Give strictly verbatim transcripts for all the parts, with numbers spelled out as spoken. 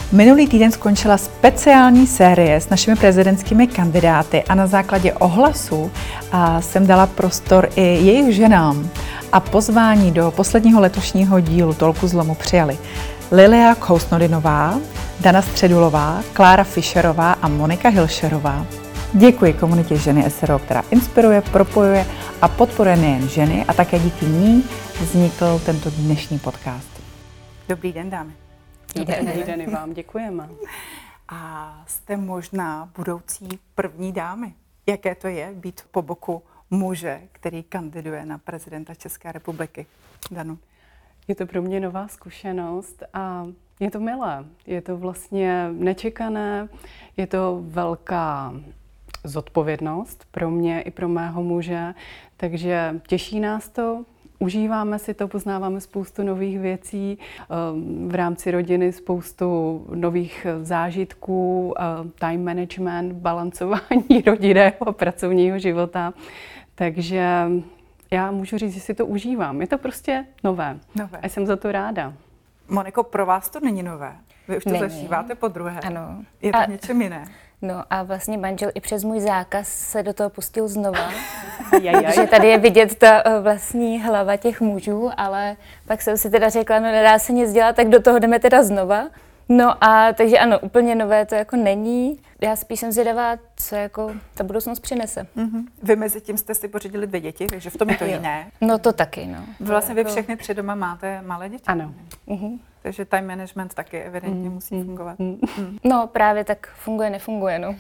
Minulý týden skončila speciální série s našimi prezidentskými kandidáty a na základě ohlasů jsem dala prostor i jejich ženám a pozvání do posledního letošního dílu Tolku zlomu přijali Lilia Kousnodinová, Dana Středulová, Klára Fischerová a Monika Hilšerová. Děkuji komunitě Ženy es er o, která inspiruje, propojuje a podporuje nejen ženy a také díky ní vznikl tento dnešní podcast. Dobrý den, dámy. Dobrý den i vám, děkujeme. A jste možná budoucí první dámy. Jaké to je být po boku muže, který kandiduje na prezidenta České republiky? Danu. Je to pro mě nová zkušenost a je to milé. Je to vlastně nečekané, je to velká zodpovědnost pro mě i pro mého muže, takže těší nás to. Užíváme si to, poznáváme spoustu nových věcí, v rámci rodiny spoustu nových zážitků, time management, balancování rodinného a pracovního života. Takže já můžu říct, že si to užívám. Je to prostě nové. nové. A jsem za to ráda. Moniko, pro vás to není nové. Vy už to není. zažíváte po druhé. Ano. Je to a... něčem jiné. No a vlastně manžel i přes můj zákaz se do toho pustil znova. Takže tady je vidět ta vlastní hlava těch mužů, ale pak jsem si teda řekla, no nedá se nic dělat, tak do toho jdeme teda znova. No a takže ano, úplně nové to jako není. Já spíš jsem zvědavá, co jako ta budoucnost přinese. Mm-hmm. Vy mezi tím jste si pořídili dvě děti, takže v tom je to jiné. No to taky, no. Vlastně vy všechny tři doma máte malé děti? Ano. Mm-hmm. Takže time management taky evidentně mm, musí mm, fungovat. Mm. Mm. No právě tak funguje, nefunguje, no.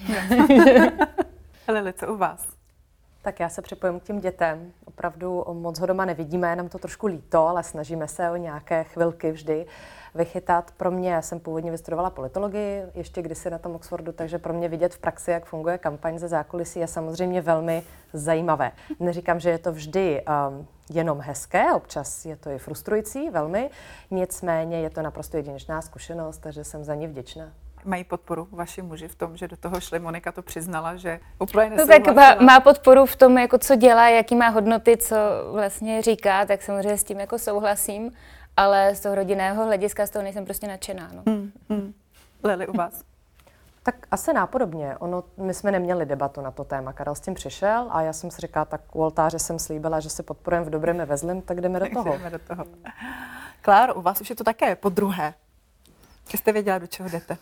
Lili, co u vás? Tak já se připojím k těm dětem. Opravdu moc ho doma nevidíme, je nám to trošku líto, ale snažíme se o nějaké chvilky vždy vychytat. Pro mě, já jsem původně vystudovala politologii, ještě kdysi na tom Oxfordu, takže pro mě vidět v praxi, jak funguje kampaň ze zákulisí, je samozřejmě velmi zajímavé. Neříkám, že je to vždy um, jenom hezké, občas je to i frustrující, velmi, nicméně je to naprosto jedinečná zkušenost, takže jsem za ní vděčná. Mají podporu vaši muži v tom, že do toho šli? Monika to přiznala, že úplně nesouhlasila. No tak má, má podporu v tom, jako co dělá, jaký má hodnoty, co vlastně říká, tak samozřejmě s tím jako souhlasím, ale z toho rodinného hlediska z toho nejsem prostě nadšená. No. Hmm, hmm. Lili, u vás? Tak asi nápodobně. Ono, my jsme neměli debatu na to téma. Karel s tím přišel a já jsem si říkala, tak u oltáře jsem slíbila, že se podporujeme v dobrém i ve zlém, tak jdeme do toho. jdeme do toho. Kláro, u vás už je to také po druhé. Jste věděla, do čeho jdete?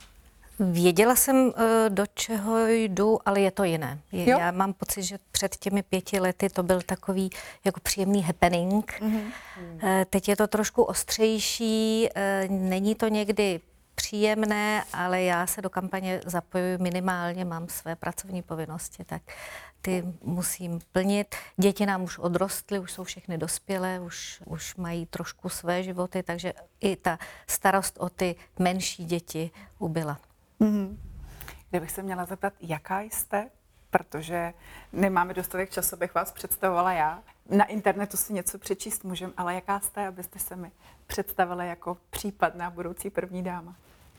Věděla jsem, do čeho jdu, ale je to jiné. Je, já mám pocit, že před těmi pěti lety to byl takový jako příjemný happening. Mm-hmm. Teď je to trošku ostřejší, není to někdy příjemné, ale já se do kampaně zapojuji minimálně, mám své pracovní povinnosti, tak ty musím plnit. Děti nám už odrostly, už jsou všechny dospělé, už, už mají trošku své životy, takže i ta starost o ty menší děti ubyla. Mm-hmm. Kdybych se měla zeptat, jaká jste, protože nemáme dostatek času, abych vás představovala já. Na internetu si něco přečíst můžem, ale jaká jste, abyste se mi představila jako případná budoucí první dáma?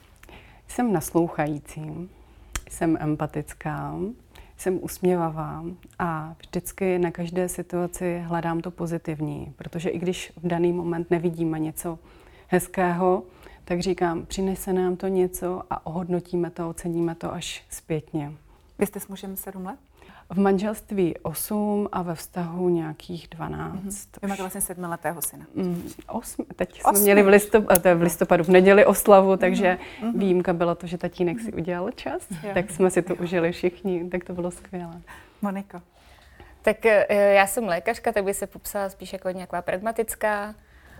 Jsem naslouchající, jsem empatická, jsem usměvavá a vždycky na každé situaci hledám to pozitivní, protože i když v daný moment nevidíme něco hezkého, tak říkám, přinese nám to něco a ohodnotíme to, oceníme to až zpětně. Vy jste s mužem sedm let? V manželství osm a ve vztahu nějakých dvanáct. Mm-hmm. Vy máte vlastně sedmiletého syna. Mm, osm, teď osm. Jsme měli v listopadu, v listopadu v neděli oslavu, takže mm-hmm. výjimka byla to, že tatínek si udělal čas, jo. Tak jsme si to jo. užili všichni, tak to bylo skvělé. Moniko. Tak já jsem lékařka, tak bych se popsala spíš jako nějaká pragmatická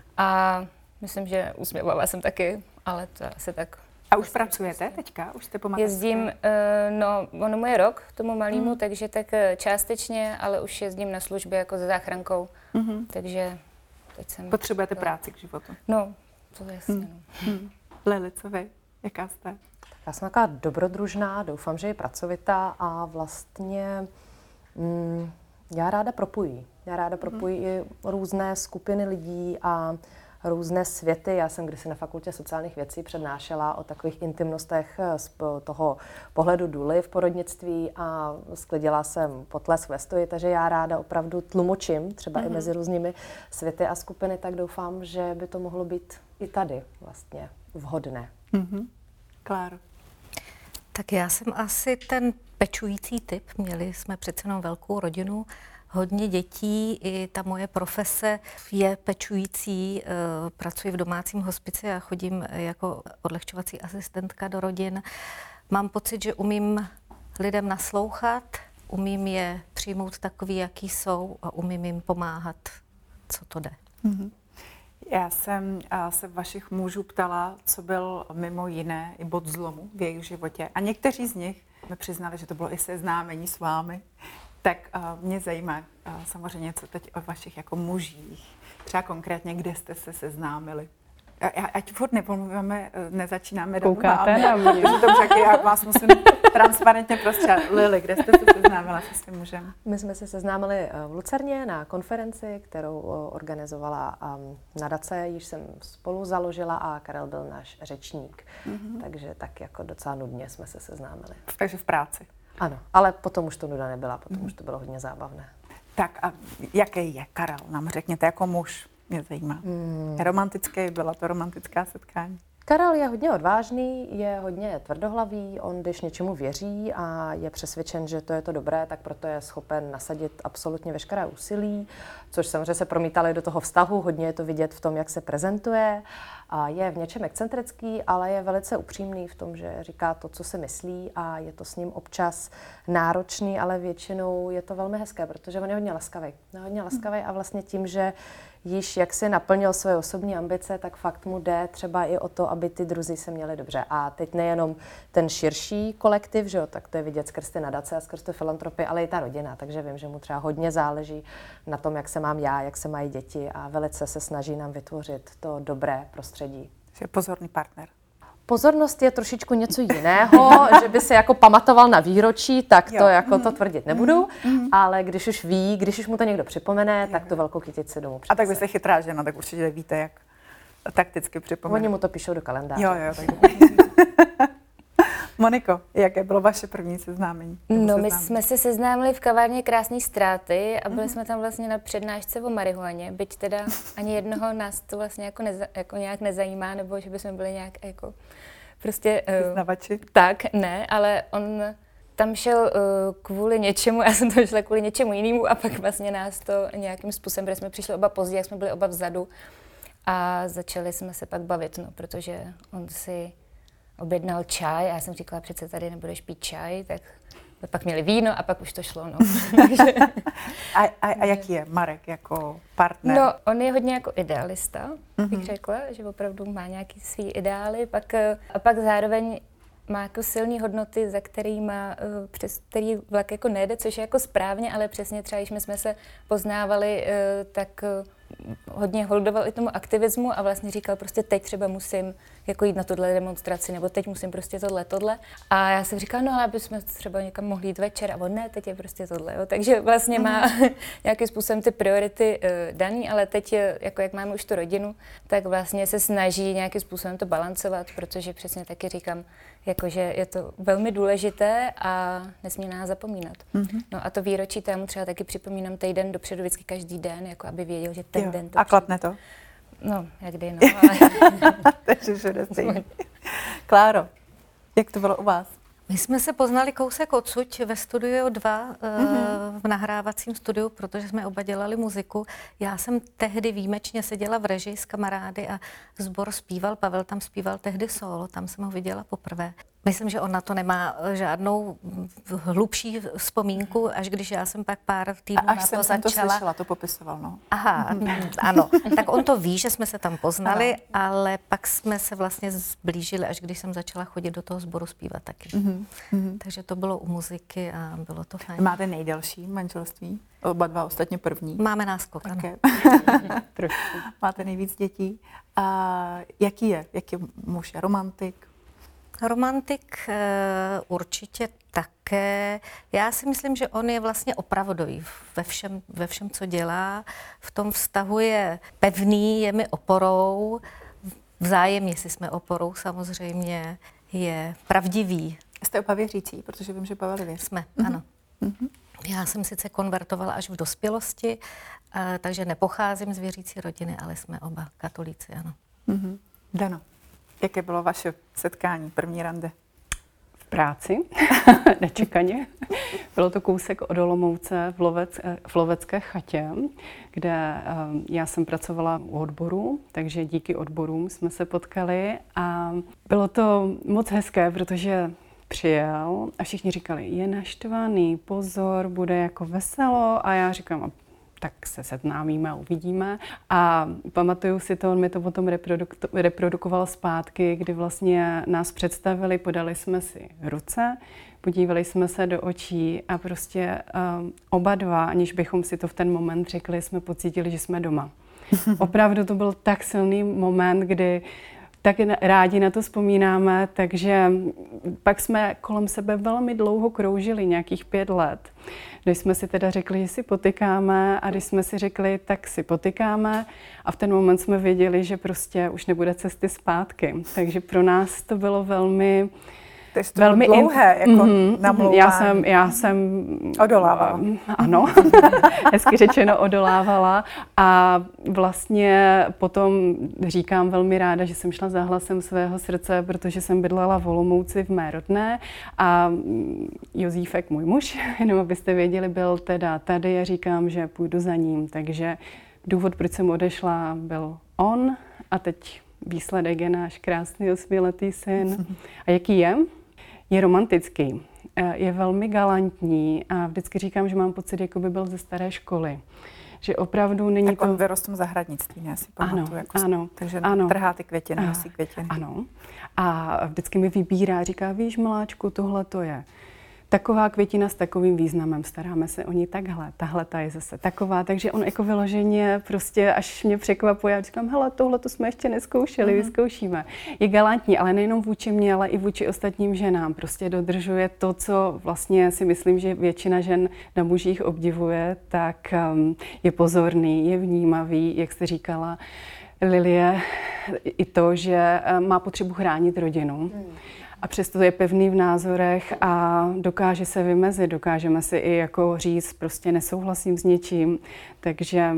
a myslím, že usměvavá jsem taky, ale to asi tak. A už pracujete teďka? Už jste po mateřské? Jezdím, no, ono mu je rok, tomu malému, mm. takže tak částečně, ale už jezdím na službě jako se záchrankou, mm-hmm. takže teď jsem... Potřebujete to... práci k životu? No, to je jasně, mm. no. Mm. Lili, co vy? Jaká jste? Já jsem taková dobrodružná, doufám, že je pracovitá a vlastně mm, já ráda propojuji. Já ráda propojuji mm. i různé skupiny lidí a různé světy. Já jsem kdysi na fakultě sociálních věcí přednášela o takových intimnostech z toho pohledu důly v porodnictví a sklidila jsem potlesk ve stoji, takže já ráda opravdu tlumočím třeba mm-hmm. i mezi různými světy a skupiny, tak doufám, že by to mohlo být i tady vlastně vhodné. Mm-hmm. Kláro. Tak já jsem asi ten pečující typ. Měli jsme přece jenom velkou rodinu, hodně dětí, i ta moje profese je pečující, pracuji v domácím hospici a chodím jako odlehčovací asistentka do rodin. Mám pocit, že umím lidem naslouchat, umím je přijmout takový, jaký jsou a umím jim pomáhat, co to jde. Mm-hmm. Já jsem se vašich mužů ptala, co byl mimo jiné i bod zlomu v jejich životě. A někteří z nich mi přiznali, že to bylo i seznámení s vámi. Tak uh, mě zajímá uh, samozřejmě, co teď o vašich jako mužích. Třeba konkrétně, kde jste se seznámili. A, ať furt nepomluváme, nezačínáme do Koukáte na mě. Dobře, já vás musím transparentně prostřát. Lili, kde jste se seznámila se svým mužem? My jsme se seznámili v Lucerně na konferenci, kterou organizovala um, nadace, již jsem spolu založila a Karel byl náš řečník. Mm-hmm. Takže tak jako docela nudně jsme se seznámili. Takže v práci. Ano, ale potom už to nuda nebyla, potom mm-hmm. už to bylo hodně zábavné. Tak a jaký je Karel? Nám řekněte jako muž. Mě zajímá. Hmm. Romantické, byla to romantická setkání? Karel je hodně odvážný, je hodně tvrdohlavý, on když něčemu věří a je přesvědčen, že to je to dobré, tak proto je schopen nasadit absolutně veškeré úsilí, což samozřejmě se promítalo do toho vztahu, hodně je to vidět v tom, jak se prezentuje. A je v něčem excentrický, ale je velice upřímný v tom, že říká to, co si myslí a je to s ním občas náročný, ale většinou je to velmi hezké, protože on je hodně laskavý. Je hodně laskavý a vlastně tím, že již jak si naplnil svoje osobní ambice, tak fakt mu jde třeba i o to, aby ty druzí se měli dobře. A teď nejenom ten širší kolektiv, že jo, tak to je vidět skrz ty nadace a skrz ty filantropy, ale i ta rodina. Takže vím, že mu třeba hodně záleží na tom, jak se mám já, jak se mají děti a velice se snaží nám vytvořit to dobré prostředí. Je pozorný partner. Pozornost je trošičku něco jiného, že by se jako pamatoval na výročí, tak to jo. jako to tvrdit nebudu, mm. ale když už ví, když už mu to někdo připomene, jo. tak tu velkou kytici domů přinese. A tak vy jste chytrá žena, tak určitě víte, jak takticky připomenout. Oni mu to píšou do kalendáře. Jo, jo, tak. Moniko, jaké bylo vaše první seznámení? No, seznámení? My jsme se seznámili v kavárně Krásné ztráty a byli mm. jsme tam vlastně na přednášce o marihuaně, byť teda ani jednoho nás to vlastně jako, neza, jako nějak nezajímá, nebo že bychom byli nějak jako prostě... Vyznavači? Uh, tak, ne, ale on tam šel uh, kvůli něčemu, já jsem to šla kvůli něčemu jinému a pak vlastně nás to nějakým způsobem, protože jsme přišli oba pozdě, jak jsme byli oba vzadu a začali jsme se pak bavit, no, protože on si objednal čaj a já jsem říkala, přece tady nebudeš pít čaj, tak pak měli víno a pak už to šlo, no. a, a, a jaký je Marek jako partner? No, on je hodně jako idealista, mm-hmm. bych řekla, že opravdu má nějaký svý ideály, pak, a pak zároveň má jako silné hodnoty, za který má, přes který vlak jako nejde, což je jako správně, ale přesně třeba, když my jsme se poznávali, tak hodně holdoval i tomu aktivismu a vlastně říkal prostě teď třeba musím jako jít na tohle demonstraci, nebo teď musím prostě tohle, tohle. A já jsem říkala, no ale bychom třeba někam mohli jít večer, a on ne, teď je prostě tohle, jo. Takže vlastně má mm. nějakým způsobem ty priority uh, daný, ale teď, je, jako jak máme už tu rodinu, tak vlastně se snaží nějakým způsobem to balancovat, protože přesně taky říkám, jakože je to velmi důležité a nesmí nás zapomínat. Mm-hmm. No a to výročí tému třeba taky připomínám týden dopředu, vždycky každý den, jako aby věděl, že ten jo. den to A klapne to? No, jak kdy, no. Ale... Takže všude stejně. Kláro, jak to bylo u vás? My jsme se poznali kousek odsud ve studiu dva, mm-hmm. v nahrávacím studiu, protože jsme oba dělali muziku. Já jsem tehdy výjimečně seděla v režii s kamarády a sbor zpíval, Pavel tam zpíval tehdy solo, tam jsem ho viděla poprvé. Myslím, že on na to nemá žádnou hlubší vzpomínku, až když já jsem pak pár týdnů na to začala. Až jsem to slyšela, to popisoval, no. Aha, ano. Tak on to ví, že jsme se tam poznali, ano. ale pak jsme se vlastně zblížili, až když jsem začala chodit do toho sboru zpívat taky. Mm-hmm. Takže to bylo u muziky a bylo to fajn. Máte nejdelší manželství? Oba dva ostatně první? Máme náskok, ano. Okay. Máte nejvíc dětí. A jaký je? Jaký muž je romantik? Romantik uh, určitě také. Já si myslím, že on je vlastně opravdový ve všem, ve všem, co dělá. V tom vztahu je pevný, je mi oporou. Vzájemně si jsme oporou samozřejmě. Je pravdivý. Jste oba věřící, protože vím, že Pavel věří. Jsme, mm-hmm. ano. Mm-hmm. Já jsem sice konvertovala až v dospělosti, uh, takže nepocházím z věřící rodiny, ale jsme oba katolíci, ano. Mm-hmm. Dano. Jaké bylo vaše setkání, první rande? V práci, nečekaně. Bylo to kousek od Olomouce v, Lovec, v Lovecké chatě, kde um, já jsem pracovala u odboru, takže díky odborům jsme se potkali a bylo to moc hezké, protože přijel a všichni říkali, je naštvaný, pozor, bude jako veselo a já říkám, tak se seznámíme a uvidíme. A pamatuju si to, on mi to potom reproduk- reprodukoval zpátky, kdy vlastně nás představili, podali jsme si ruce, podívali jsme se do očí a prostě um, oba dva, aniž bychom si to v ten moment řekli, jsme pocítili, že jsme doma. Opravdu to byl tak silný moment, kdy tak rádi na to vzpomínáme, takže pak jsme kolem sebe velmi dlouho kroužili, nějakých pět let. Když jsme si teda řekli, že si potykáme a když jsme si řekli, tak si potykáme a v ten moment jsme věděli, že prostě už nebude cesty zpátky. Takže pro nás to bylo velmi... Takže to velmi dlouhé, in... jako mm-hmm. namlouvání. Já jsem, já jsem... Odolávala. Ano, hezky řečeno odolávala a vlastně potom říkám velmi ráda, že jsem šla za hlasem svého srdce, protože jsem bydlela v Olomouci v mé rodné a Jozífek, můj muž, jenom abyste věděli, byl teda tady a říkám, že půjdu za ním, takže důvod, proč jsem odešla, byl on a teď výsledek je náš krásný osmiletý syn. A jaký je? Je romantický, je velmi galantní a vždycky říkám, že mám pocit, jako by byl ze staré školy. Že opravdu není tak to... on vyrostl v tom zahradnictví, ne? Si pamatuju, ano, jako ano, takže ano. trhá ty květiny, nosí květiny. Ano. A vždycky mi vybírá, říká, víš, miláčku, tohle to je taková květina s takovým významem, staráme se o ní takhle, tahle ta je zase taková, takže on jako vyloženě prostě až mě překvapuje, já říkám, hele, tohle to jsme ještě neskoušeli, mm-hmm. vyzkoušíme. Je galantní, ale nejenom vůči mně, ale i vůči ostatním ženám, prostě dodržuje to, co vlastně si myslím, že většina žen na mužích obdivuje, tak um, je pozorný, je vnímavý, jak jste říkala, Lilie, i to, že má potřebu chránit rodinu. Mm. A přesto je pevný v názorech a dokáže se vymezit, dokážeme si i jako říct, prostě nesouhlasím s něčím, takže...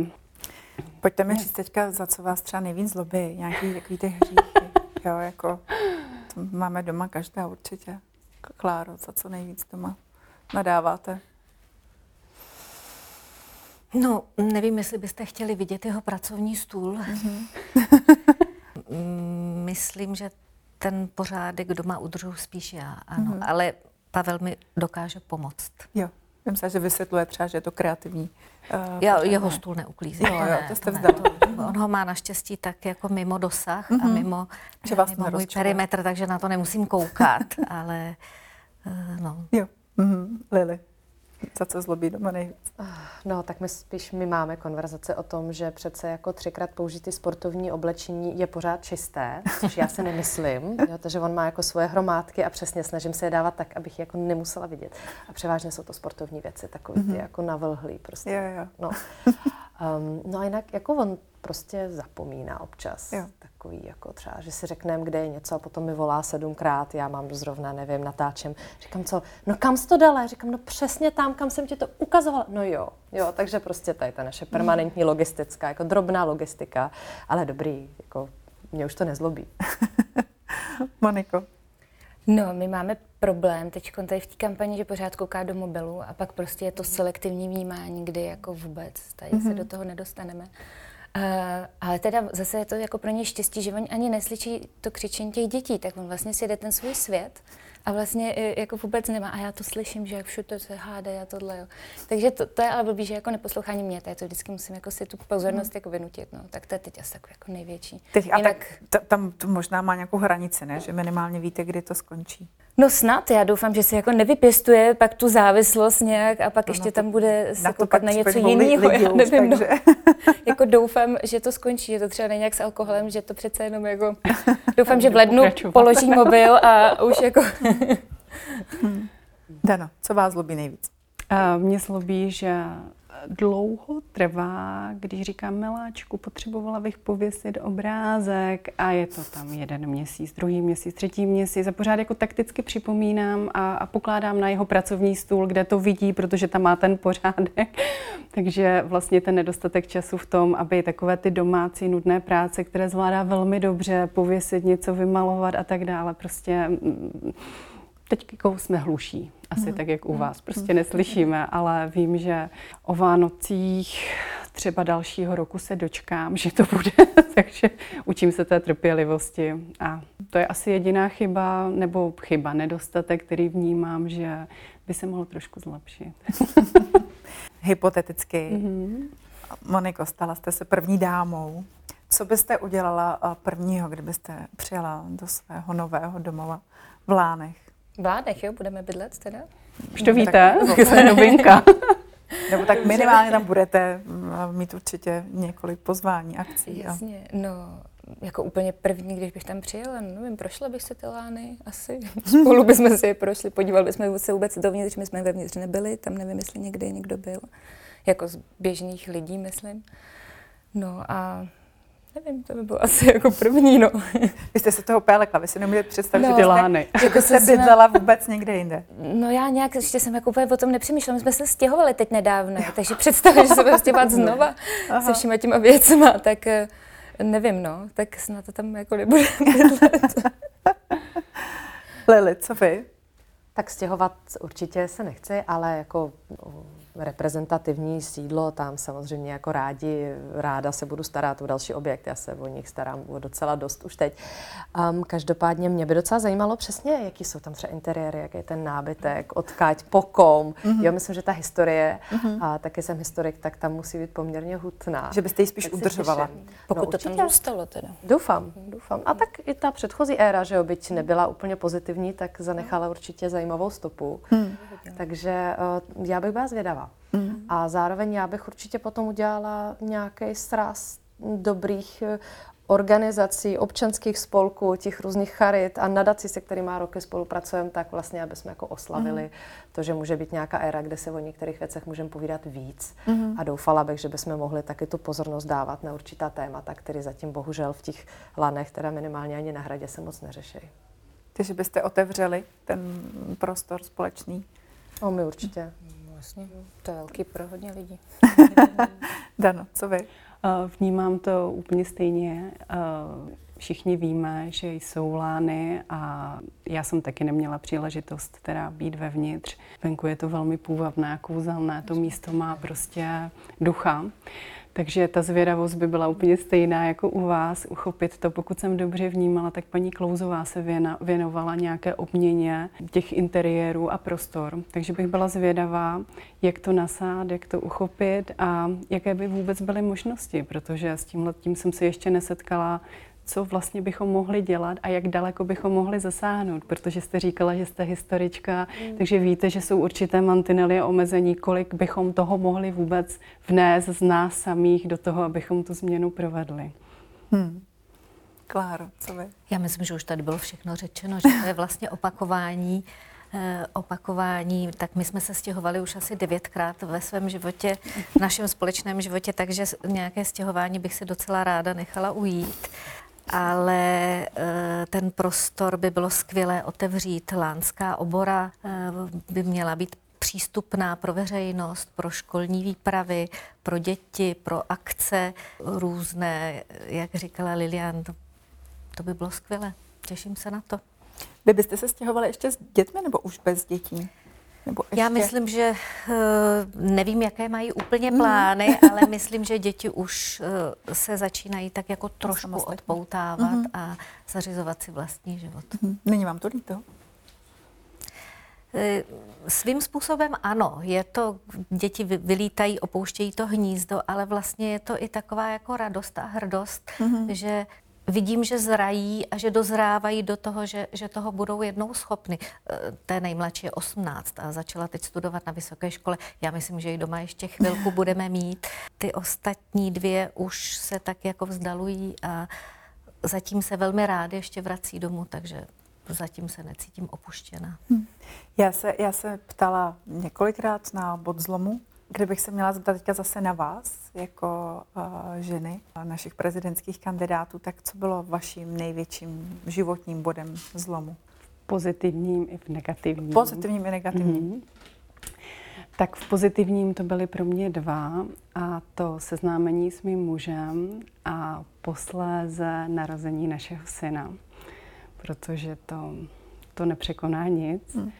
Pojďte mi říct teďka, za co vás třeba nejvíc zlobí, nějaký takový ty hříchy, jo, jako to máme doma každá určitě. Kláro, za co nejvíc doma nadáváte? No, nevím, jestli byste chtěli vidět jeho pracovní stůl. Mm-hmm. Myslím, že ten pořádek doma udržuji spíš já, ano. Mm-hmm. Ale Pavel mi dokáže pomoct. Jo, vím se, že vysvětluje třeba, že je to kreativní. Uh, já jeho stůl neuklízím. Jo, jo, to jste vzdala. On ho má naštěstí tak jako mimo dosah mm-hmm. a mimo, že vás mimo můj perimetr, takže na to nemusím koukat, ale uh, no. Jo, mm-hmm. Lili. Za co zlobí doma nejvíc? No, tak my spíš my máme konverzace o tom, že přece jako třikrát použitý sportovní oblečení je pořád čisté, což já si nemyslím, jo, takže on má jako svoje hromádky a přesně snažím se je dávat tak, abych je jako nemusela vidět. A převážně jsou to sportovní věci, takový ty mm-hmm. jako navlhlý prostě. Jo, jo. No. Um, no a jinak jako on prostě zapomíná občas. Jo. Takový jako třeba, že si řekneme, kde je něco a potom mi volá sedmkrát, já mám zrovna, nevím, natáčem. Říkám, co? No kam jsi to dala? Říkám, no přesně tam, kam jsem ti to ukazovala. No jo, jo, takže prostě tady ta naše permanentní logistická, jako drobná logistika, ale dobrý, jako mě už to nezlobí. Moniko. No, my máme problém teď tady v té kampani, že pořád kouká do mobilu a pak prostě je to selektivní vnímání, kdy jako vůbec tady mm-hmm. se do toho nedostaneme. Uh, ale teda zase je to jako pro ně štěstí, že oni ani neslyší to křičení těch dětí, tak on vlastně si jede ten svůj svět a vlastně jako vůbec nemá. A já to slyším, že jak všude se hádají a tohle, jo. Takže to, to je ale blbý, že jako neposlouchání mě, to vždycky musím jako si tu pozornost jako vynutit, no. Tak to je teď asi takový jako největší. Teď, a Jinak... tak tam to možná má nějakou hranici, ne? Že minimálně víte, kdy to skončí. No snad, já doufám, že si jako nevypěstuje pak tu závislost nějak a pak no, ještě to, tam bude se koukat na něco jiného, já nevím, takže... no. Jako doufám, že to skončí, že to třeba není jak s alkoholem, že to přece jenom jako, doufám, že v lednu položí mobil a už jako... hmm. Dano, co vás zlobí nejvíc? Uh, mě zlobí, že dlouho trvá, když říkám miláčku, potřebovala bych pověsit obrázek a je to tam jeden měsíc, druhý měsíc, třetí měsíc a pořád jako takticky připomínám a, a pokládám na jeho pracovní stůl, kde to vidí, protože tam má ten pořádek. Takže vlastně ten nedostatek času v tom, aby takové ty domácí nudné práce, které zvládá velmi dobře, pověsit něco, vymalovat a tak dále, prostě teď jako jsme hluší, asi hmm. tak, jak u vás. Prostě neslyšíme, ale vím, že o Vánocích třeba dalšího roku se dočkám, že to bude, takže učím se té trpělivosti. A to je asi jediná chyba, nebo chyba, nedostatek, který vnímám, že by se mohlo trošku zlepšit. Hypoteticky. Mm-hmm. Moniko, stala jste se první dámou. Co byste udělala prvního, kdybyste přijela do svého nového domova v Lánech? V Lánech, jo? Budeme bydlet teda? Už to víte? To je novinka. Nebo tak minimálně tam budete mít určitě několik pozvání, akcí. Jasně, no jako úplně první, když bych tam přijela, nevím, prošla bych se ty Lány asi. Spolu bychom si je prošli, podívali bychom se vůbec dovnitř, my jsme vevnitř nebyli, tam nevím, jestli někdy někdo byl. Jako z běžných lidí, myslím. No a nevím, to by bylo asi jako první, no. Vy jste se toho pélekla, vy si nemůžete představit, no, že byste jako se bydlela vůbec někde jinde. No já nějak, ještě jsem jako úplně o tom nepřemýšlela, my jsme se stěhovali teď nedávno, takže představit, že se budeme stěhovat znova se všima těma věcma, tak nevím, no, tak snad to tam jako nebude bydlet. Lili, co vy? Tak stěhovat určitě se nechci, ale jako reprezentativní sídlo, tam samozřejmě jako rádi, ráda se budu starat o další objekt, já se o nich starám docela dost už teď. Um, každopádně mě by docela zajímalo přesně, jaký jsou tam třeba interiéry, jaký je ten nábytek, odkáď, pokom. Mm-hmm. Jo, myslím, že ta historie, mm-hmm. a taky jsem historik, tak tam musí být poměrně hutná. Že byste ji spíš udržovala. Pokud no, to tam zůstalo teda. Doufám, doufám. A tak i ta předchozí éra, že jo, byť nebyla úplně pozitivní, tak zanechala určitě zajímavou stopu. Mm. Takže uh, já bych byla zvědavá. Mm. A zároveň já bych určitě potom udělala nějaký sraz dobrých organizací, občanských spolků, těch různých charit a nadací, se kterými roky spolupracujeme, tak vlastně, aby jsme jako oslavili mm. to, že může být nějaká éra, kde se o některých věcech můžeme povídat víc. Mm. A doufala bych, že bychom mohli taky tu pozornost dávat na určitá témata, které zatím bohužel v těch Lanech, teda minimálně ani na Hradě, se moc neřeší. Takže byste otevřeli ten prostor společný? No, my určitě. Vlastně, to je velký pro hodně lidí. Dano, co vy? Vnímám to úplně stejně. Všichni víme, že jsou Lány a já jsem taky neměla příležitost teda být vevnitř. Venku je to velmi půvabné, kouzelné, to místo má prostě ducha. Takže ta zvědavost by byla úplně stejná jako u vás, uchopit to. Pokud jsem dobře vnímala, tak paní Klouzová se věnovala nějaké obměně těch interiérů a prostor. Takže bych byla zvědavá, jak to nasát, jak to uchopit a jaké by vůbec byly možnosti, protože s tímhle tím jsem se ještě nesetkala, co vlastně bychom mohli dělat a jak daleko bychom mohli zasáhnout, protože jste říkala, že jste historička, mm. takže víte, že jsou určité mantinely a omezení, kolik bychom toho mohli vůbec vnést z nás samých do toho, abychom tu změnu provedli. Hmm. Kláro, co vy? Já myslím, že už tady bylo všechno řečeno, že to je vlastně opakování opakování, tak my jsme se stěhovali už asi devětkrát ve svém životě, v našem společném životě, takže nějaké stěhování bych si docela ráda nechala ujít. Ale ten prostor by bylo skvělé otevřít. Lánská obora by měla být přístupná pro veřejnost, pro školní výpravy, pro děti, pro akce různé, jak říkala Lilian, to, to by bylo skvělé. Těším se na to. Vy byste se stěhovali ještě s dětmi nebo už bez dětí? Nebo ještě? Já myslím, že nevím, jaké mají úplně plány, mm. ale myslím, že děti už se začínají tak jako trošku odpoutávat mm. a zařizovat si vlastní život. Mm. Není vám to líto? Svým způsobem ano, je to, děti vylítají, opouštějí to hnízdo, ale vlastně je to i taková jako radost a hrdost, mm. že vidím, že zrají a že dozrávají do toho, že, že toho budou jednou schopny. Té nejmladší je osmnáct a začala teď studovat na vysoké škole. Já myslím, že ji doma ještě chvilku budeme mít. Ty ostatní dvě už se tak jako vzdalují a zatím se velmi rádi ještě vrací domů, takže zatím se necítím opuštěna. Hmm. Já se, já se ptala několikrát na bod zlomu Kdybych se měla zeptat teďka zase na vás, jako uh, ženy našich prezidentských kandidátů, tak co bylo vaším největším životním bodem zlomu? Pozitivním i v negativním. Pozitivním i negativním. Mm-hmm. Tak v pozitivním to byly pro mě dva, a to seznámení s mým mužem a posléze narození našeho syna, protože to, to nepřekoná nic. Hmm.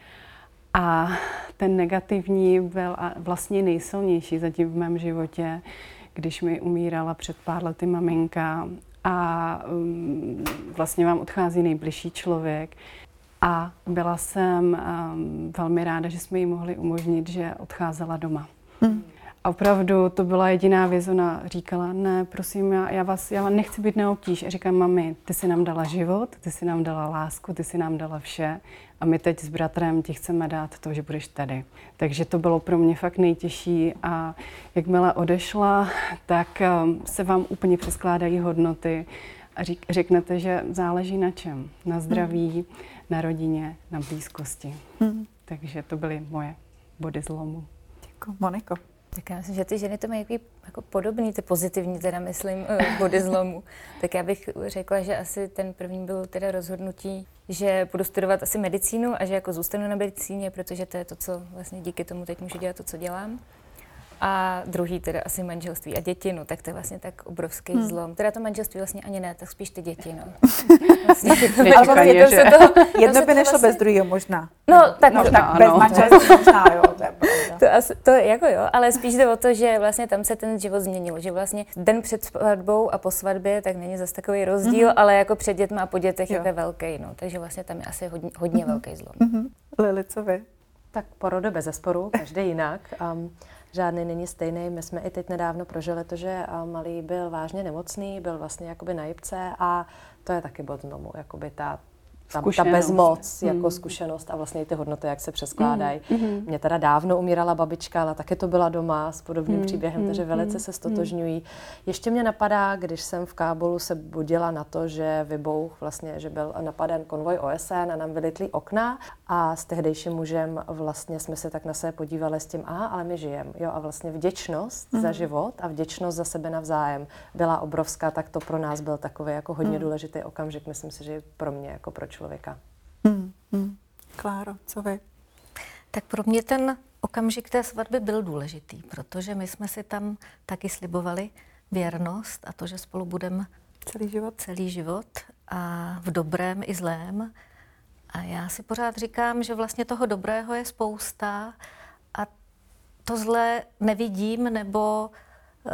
A ten negativní byl vlastně nejsilnější zatím v mém životě, když mi umírala před pár lety maminka a um, vlastně vám odchází nejbližší člověk. A byla jsem um, velmi ráda, že jsme jí mohli umožnit, že odcházela doma. Hmm. A opravdu to byla jediná věc, ona říkala, ne, prosím, já, já vás já nechci být na obtíž. A říkám, mami, ty jsi nám dala život, ty jsi nám dala lásku, ty jsi nám dala vše a my teď s bratrem ti chceme dát to, že budeš tady. Takže to bylo pro mě fakt nejtěžší a jakmile odešla, tak um, se vám úplně přeskládají hodnoty a řík, řeknete, že záleží na čem. Na zdraví, hmm. na rodině, na blízkosti. Hmm. Takže to byly moje body zlomu. Děkuji. Moniko. Tak já myslím, že ty ženy to mají jako, jako podobný, ty pozitivní, teda myslím, body zlomu. Tak já bych řekla, že asi ten první byl teda rozhodnutí, že budu studovat asi medicínu a že jako zůstanu na medicíně, protože to je to, co vlastně díky tomu teď můžu dělat to, co dělám. A druhý teda asi manželství a děti, no tak to je vlastně tak obrovský hmm. zlom. Teda to manželství vlastně ani ne, tak spíš ty děti, no. Vlastně, ale vlastně to se toho, jedno by nešlo vlastně bez druhého možná. No, tak no, možná, tak bez manželství možná, jo, to je pravda. To, asi, to jako jo, ale spíš jde o to, že vlastně tam se ten život změnil, že vlastně den před svatbou a po svatbě tak není zase takový rozdíl, mm-hmm. ale jako před dětmi a po dětech jo. je velký, no. Takže vlastně tam je asi hodně, hodně mm-hmm. velký zlom. Mm-hmm. Lili, co vy? Tak porody bezesporu, každý jinak. Um, Žádný není stejný. My jsme i teď nedávno prožili to, že malý byl vážně nemocný, byl vlastně jakoby na jipce a to je taky bod znovu, jakoby ta, ta, ta bezmoc, mm. jako zkušenost a vlastně ty hodnoty, jak se přeskládají. Mm. Mě teda dávno umírala babička, ale taky to byla doma s podobným mm. příběhem, mm. takže velice se stotožňují. Ještě mě napadá, když jsem v Kábulu se budila na to, že vybouch vlastně, že byl napaden konvoj O S N a nám vylitli okna a s tehdejším mužem vlastně jsme se tak na sebe podívali s tím, aha, ale my žijeme. Jo, a vlastně vděčnost mm. za život a vděčnost za sebe navzájem byla obrovská, tak to pro nás byl takový jako hodně mm. důležitý okamžik, myslím si, že pro mě jako pro člověka. Hmm, hmm. Kláro, co vy? Tak pro mě ten okamžik té svatby byl důležitý, protože my jsme si tam taky slibovali věrnost a to, že spolu budeme celý život. celý život a v dobrém i zlém. A já si pořád říkám, že vlastně toho dobrého je spousta a to zlé nevidím nebo uh,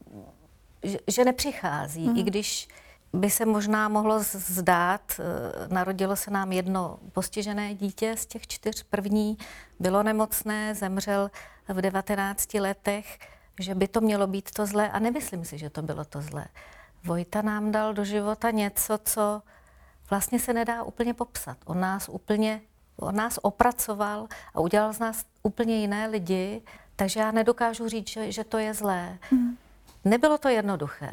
že, že nepřichází, hmm. i když by se možná mohlo zdát, narodilo se nám jedno postižené dítě z těch čtyř, první bylo nemocné, zemřel v devatenácti letech, že by to mělo být to zlé a nemyslím si, že to bylo to zlé. Vojta nám dal do života něco, co vlastně se nedá úplně popsat. On nás úplně, on nás opracoval a udělal z nás úplně jiné lidi, takže já nedokážu říct, že, že to je zlé. Mm. Nebylo to jednoduché.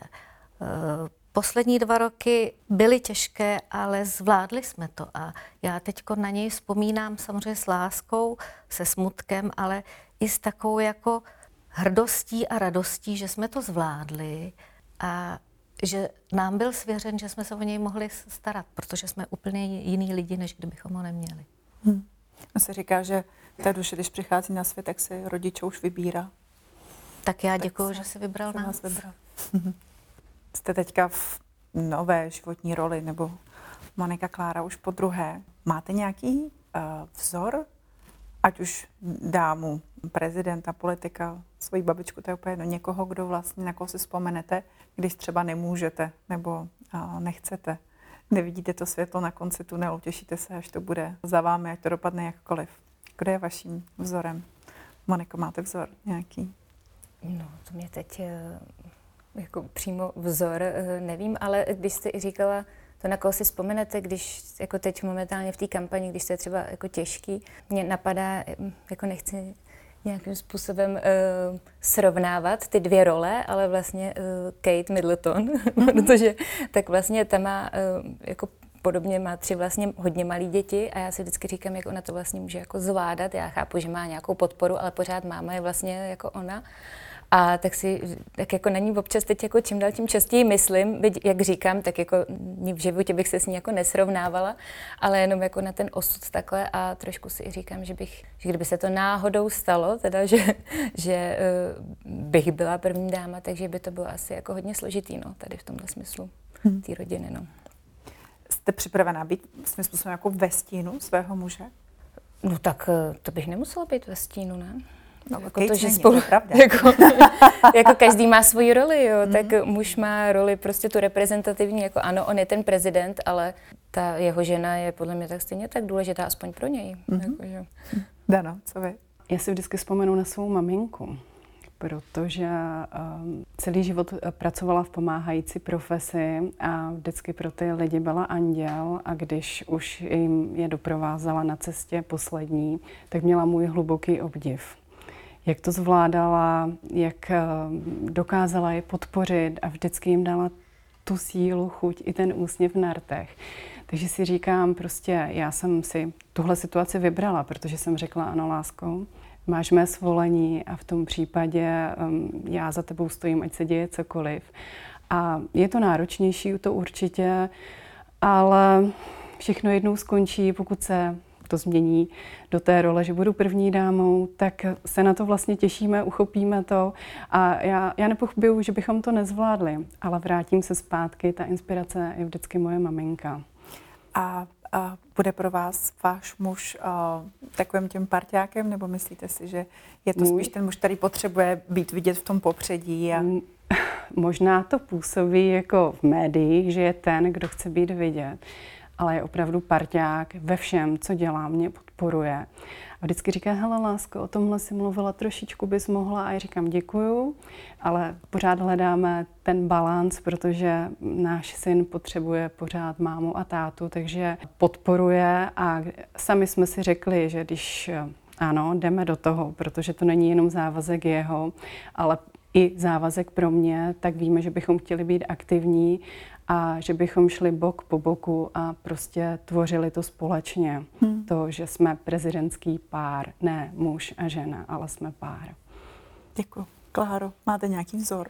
Poslední dva roky byly těžké, ale zvládli jsme to a já teďko na něj vzpomínám samozřejmě s láskou, se smutkem, ale i s takovou jako hrdostí a radostí, že jsme to zvládli a že nám byl svěřen, že jsme se o něj mohli starat, protože jsme úplně jiný lidi, než kdybychom ho neměli. Hmm. A se říká, že ta duše, když přichází na svět, tak si rodiče už vybírá. Tak já děkuju, že jsi vybral nás. nás vybral. Jste teďka v nové životní roli, nebo Monika, Klára už po druhé. Máte nějaký uh, vzor, ať už dámu, prezidenta, politika, svoji babičku, to je úplně jedno, někoho, kdo vlastně, na koho si vzpomenete, když třeba nemůžete, nebo uh, nechcete, nevidíte to světlo na konci tunelu, těšíte se, až to bude za vámi, ať to dopadne jakkoliv. Kdo je vaším vzorem? Moniko, máte vzor nějaký? No, to mě teď... jako přímo vzor, nevím, ale když jste i říkala, to na koho si vzpomenete, když jako teď momentálně v té kampani, když to je třeba jako těžký, mě napadá, jako nechci nějakým způsobem uh, srovnávat ty dvě role, ale vlastně uh, Kate Middleton, mm-hmm. protože tak vlastně ta má uh, jako podobně má tři vlastně hodně malé děti a já si vždycky říkám, jak ona to vlastně může jako zvládat. Já chápu, že má nějakou podporu, ale pořád máma je vlastně jako ona. A tak si, tak jako na ní občas teď jako čím dál tím častěji myslím, byť, jak říkám, tak jako v životě bych se s ní jako nesrovnávala, ale jenom jako na ten osud takhle a trošku si i říkám, že bych, že kdyby se to náhodou stalo, teda, že, že uh, bych byla první dáma, takže by to bylo asi jako hodně složitý, no, tady v tomhle smyslu, hmm. té rodiny, no. Jste připravená být svým způsobem jako ve stínu svého muže? No tak to bych nemusela být ve stínu, ne? No, jako okay, to, že není, spolu, to pravda. Jako, jako každý má svoji roli, jo, Mm-hmm. tak muž má roli prostě tu reprezentativní, jako ano, on je ten prezident, ale ta jeho žena je podle mě tak stejně tak důležitá, aspoň pro něj. Mm-hmm. Jako, že... Dano, co vy? Já si vždycky vzpomenu na svou maminku, protože um, celý život pracovala v pomáhající profesi a vždycky pro ty lidi byla anděl a když už jim je doprovázela na cestě poslední, tak měla můj hluboký obdiv. Jak to zvládala, jak dokázala je podpořit a vždycky jim dala tu sílu, chuť i ten úsměv na rtech. Takže si říkám, prostě já jsem si tuhle situaci vybrala, protože jsem řekla, ano, lásko, máš mé svolení a v tom případě um, já za tebou stojím, ať se děje cokoliv. A je to náročnější, to určitě, ale všechno jednou skončí, pokud se to změní do té role, že budu první dámou, tak se na to vlastně těšíme, uchopíme to a já, já nepochybuju, že bychom to nezvládli, ale vrátím se zpátky, ta inspirace je vždycky moje maminka. A, a bude pro vás váš muž uh, takovým tím parťákem, nebo myslíte si, že je to spíš ten muž, který potřebuje být vidět v tom popředí? A... Možná to působí jako v médiích, že je ten, kdo chce být vidět, ale je opravdu parťák ve všem, co dělá, mě podporuje. A vždycky říká, hele lásko, o tomhle si mluvila, trošičku bys mohla, a já říkám děkuju, ale pořád hledáme ten balanc, protože náš syn potřebuje pořád mámu a tátu, takže podporuje a sami jsme si řekli, že když ano, jdeme do toho, protože to není jenom závazek jeho, ale i závazek pro mě, tak víme, že bychom chtěli být aktivní a že bychom šli bok po boku a prostě tvořili to společně. Hmm. To, že jsme prezidentský pár, ne muž a žena, ale jsme pár. Děkuji. Kláro, máte nějaký vzor?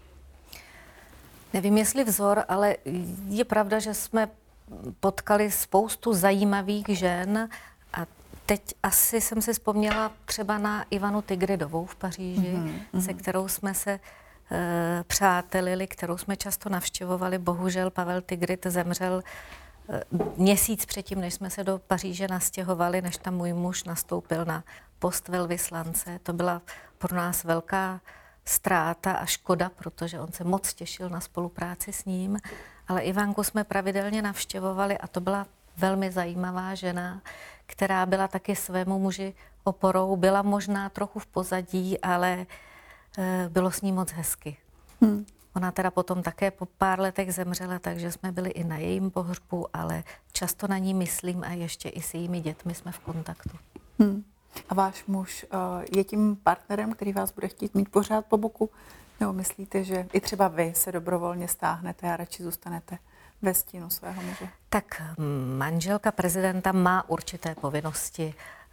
Nevím, jestli vzor, ale je pravda, že jsme potkali spoustu zajímavých žen a teď asi jsem si vzpomněla třeba na Ivanu Tigridovou v Paříži, mm-hmm. se kterou jsme se e, přátelili, kterou jsme často navštěvovali. Bohužel Pavel Tigrid zemřel e, měsíc předtím, než jsme se do Paříže nastěhovali, než tam můj muž nastoupil na post velvyslance. To byla pro nás velká ztráta a škoda, protože on se moc těšil na spolupráci s ním. Ale Ivanku jsme pravidelně navštěvovali a to byla velmi zajímavá žena, která byla taky svému muži oporou, byla možná trochu v pozadí, ale e, bylo s ní moc hezky. Hmm. Ona teda potom také po pár letech zemřela, takže jsme byli i na jejím pohřbu, ale často na ní myslím a ještě i s jejími dětmi jsme v kontaktu. Hmm. A váš muž uh, je tím partnerem, který vás bude chtít mít pořád po boku? Nebo myslíte, že i třeba vy se dobrovolně stáhnete a radši zůstanete ve stínu svého muže? Tak manželka prezidenta má určité povinnosti.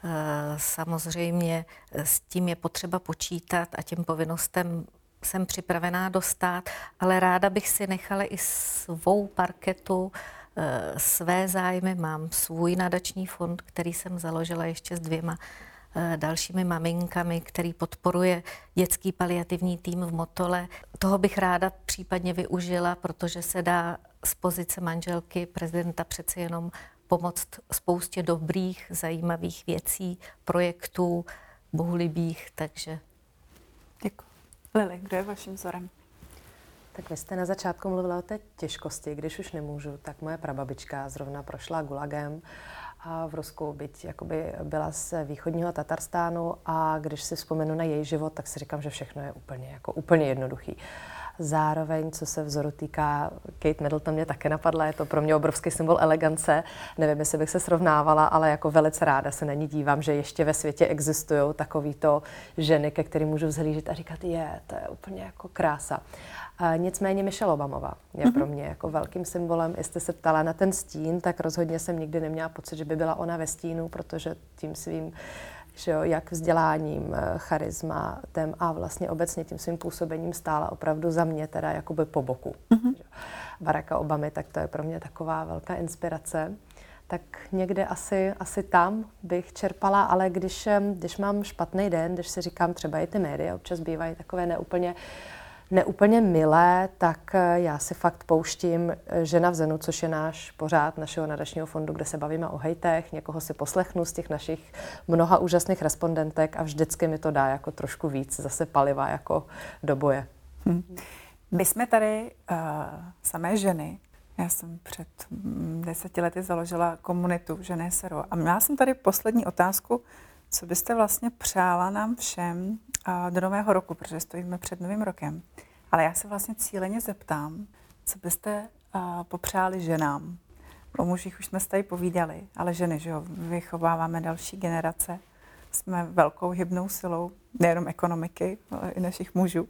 Samozřejmě s tím je potřeba počítat a těm povinnostem jsem připravená dostát, ale ráda bych si nechala i svou parketu, své zájmy. Mám svůj nadační fond, který jsem založila ještě s dvěma dalšími maminkami, který podporuje dětský paliativní tým v Motole. Toho bych ráda případně využila, protože se dá z pozice manželky prezidenta přeci jenom pomoct spoustě dobrých, zajímavých věcí, projektů, bohulibých, takže... Děkuji. Lili, kdo je vaším vzorem? Tak vy jste na začátku mluvila o té těžkosti, když už nemůžu, tak moje prababička zrovna prošla gulagem a v Rusku, byť jakoby byla z východního Tatarstánu a když si vzpomenu na její život, tak si říkám, že všechno je úplně, jako úplně jednoduchý. Zároveň, co se vzoru týká, Kate Middleton mě také napadla, je to pro mě obrovský symbol elegance. Nevím, jestli bych se srovnávala, ale jako velice ráda se na ní dívám, že ještě ve světě existují takovýto ženy, ke kterým můžu vzhlížet a říkat, je, to je úplně jako krása. A nicméně Michelle Obamová je mm-hmm. pro mě jako velkým symbolem. Jestli se ptala na ten stín, tak rozhodně jsem nikdy neměla pocit, že by byla ona ve stínu, protože tím svým, že jo, jak vzděláním, charismatem a vlastně obecně tím svým působením stála opravdu za mě teda jakoby po boku. Mm-hmm. Baracka Obamy, tak to je pro mě taková velká inspirace. Tak někde asi, asi tam bych čerpala, ale když, když mám špatný den, když si říkám, třeba i ty média občas bývají takové neúplně, neúplně milé, tak já si fakt pouštím Žena v Zenu, což je náš pořád našeho nadačního fondu, kde se bavíme o hejtech, někoho si poslechnu z těch našich mnoha úžasných respondentek a vždycky mi to dá jako trošku víc zase paliva jako do boje. Hmm. My jsme tady uh, samé ženy. Já jsem před deseti lety založila komunitu Ženy es er o. A měla jsem tady poslední otázku, co byste vlastně přála nám všem uh, do nového roku, protože stojíme před novým rokem. Ale já se vlastně cíleně zeptám, co byste uh, popřáli ženám. O mužích už jsme se tady povídali, ale ženy, že jo, vychováváme další generace. Jsme velkou hybnou silou nejenom ekonomiky, ale i našich mužů.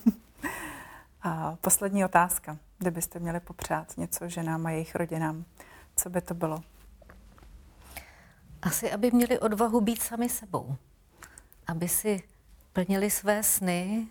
A poslední otázka, kdybyste měli popřát něco ženám a jejich rodinám, co by to bylo? Asi, aby měli odvahu být sami sebou. Aby si plnili své sny,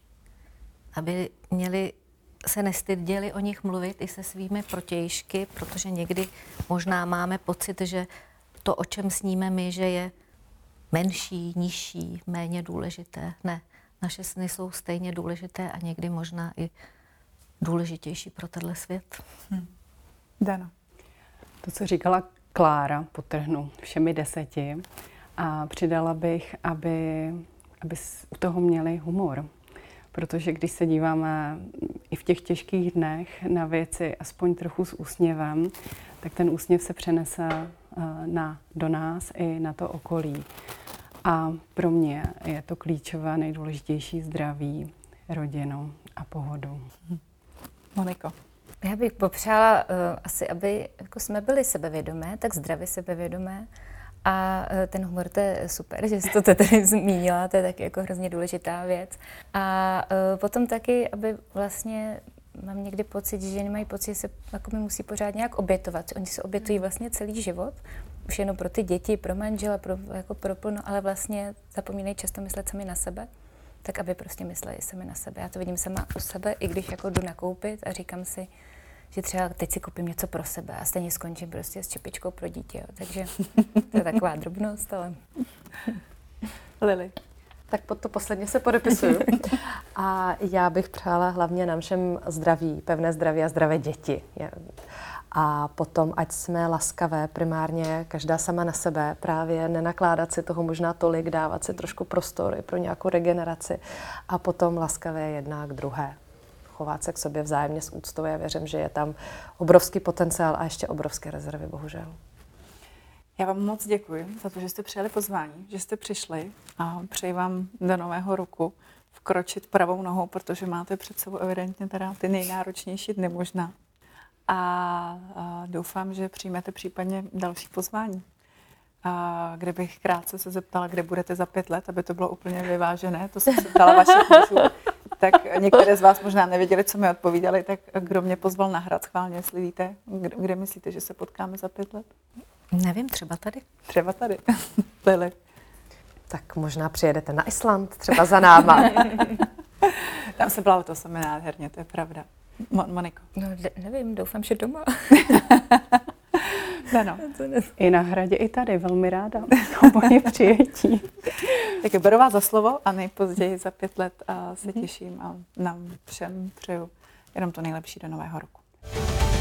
aby měli, se nestyděli o nich mluvit i se svými protějšky, protože někdy možná máme pocit, že to, o čem sníme my, že je menší, nižší, méně důležité. Ne. Naše sny jsou stejně důležité a někdy možná i důležitější pro tenhle svět. Hm. Dana. To, co říkala Klára, podtrhnu všemi deseti a přidala bych, aby, aby u toho měli humor. Protože když se díváme i v těch těžkých dnech na věci aspoň trochu s úsměvem, tak ten úsměv se přenese na, do nás i na to okolí. A pro mě je to klíčové, nejdůležitější zdraví, rodinu a pohodu. Moniko. Já bych popřála uh, asi, aby jako jsme byli sebevědomé, tak zdravě sebevědomé. A uh, ten humor, to je super, že jsi to tady zmínila, to je taky jako hrozně důležitá věc. A uh, potom taky, aby vlastně mám někdy pocit, že ženy mají pocit, že se jako mi musí pořád nějak obětovat. Oni se obětují vlastně celý život, už jenom pro ty děti, pro manžela, pro, jako pro plno, ale vlastně zapomínají často myslet sami na sebe, tak aby prostě mysleli sami na sebe. Já to vidím sama u sebe, i když jako jdu nakoupit a říkám si, že třeba teď si koupím něco pro sebe a stejně skončím prostě s čepičkou pro dítě. Jo. Takže to je taková drobnost, ale... Lili. Tak pod to posledně se podepisuju. A já bych přála hlavně nám všem zdraví, pevné zdraví a zdravé děti. A potom, ať jsme laskavé primárně, každá sama na sebe, právě nenakládat si toho možná tolik, dávat si trošku prostory pro nějakou regeneraci a potom laskavé jedna k druhé. Chovat se k sobě vzájemně s úctou. Já věřím, že je tam obrovský potenciál a ještě obrovské rezervy, bohužel. Já vám moc děkuji za to, že jste přijali pozvání, že jste přišli a přeji vám do nového roku vkročit pravou nohou, protože máte před sebou evidentně teda ty nejnáročnější dny možná. A, a doufám, že přijmete případně další pozvání. A kdybych krátce se zeptala, kde budete za pět let, aby to bylo úplně vyvážené, to jsem se ptala vašich mužů, tak některé z vás možná nevěděli, co mi odpovídali, tak kdo mě pozval na Hrad schválně, jestli víte, kde, kde myslíte, že se potkáme za pět let? Nevím, třeba tady. Třeba tady. Lili. Tak možná přijedete na Island, třeba za náma. Tam se byla to sami nádherně, to je pravda. Mo- Moniko. No nevím, doufám, že doma. No, no. I na Hradě, i tady, velmi ráda. Moje přijetí. Tak beru vás za slovo a nejpozději za pět let a se těším a nám všem přeju jenom to nejlepší do nového roku.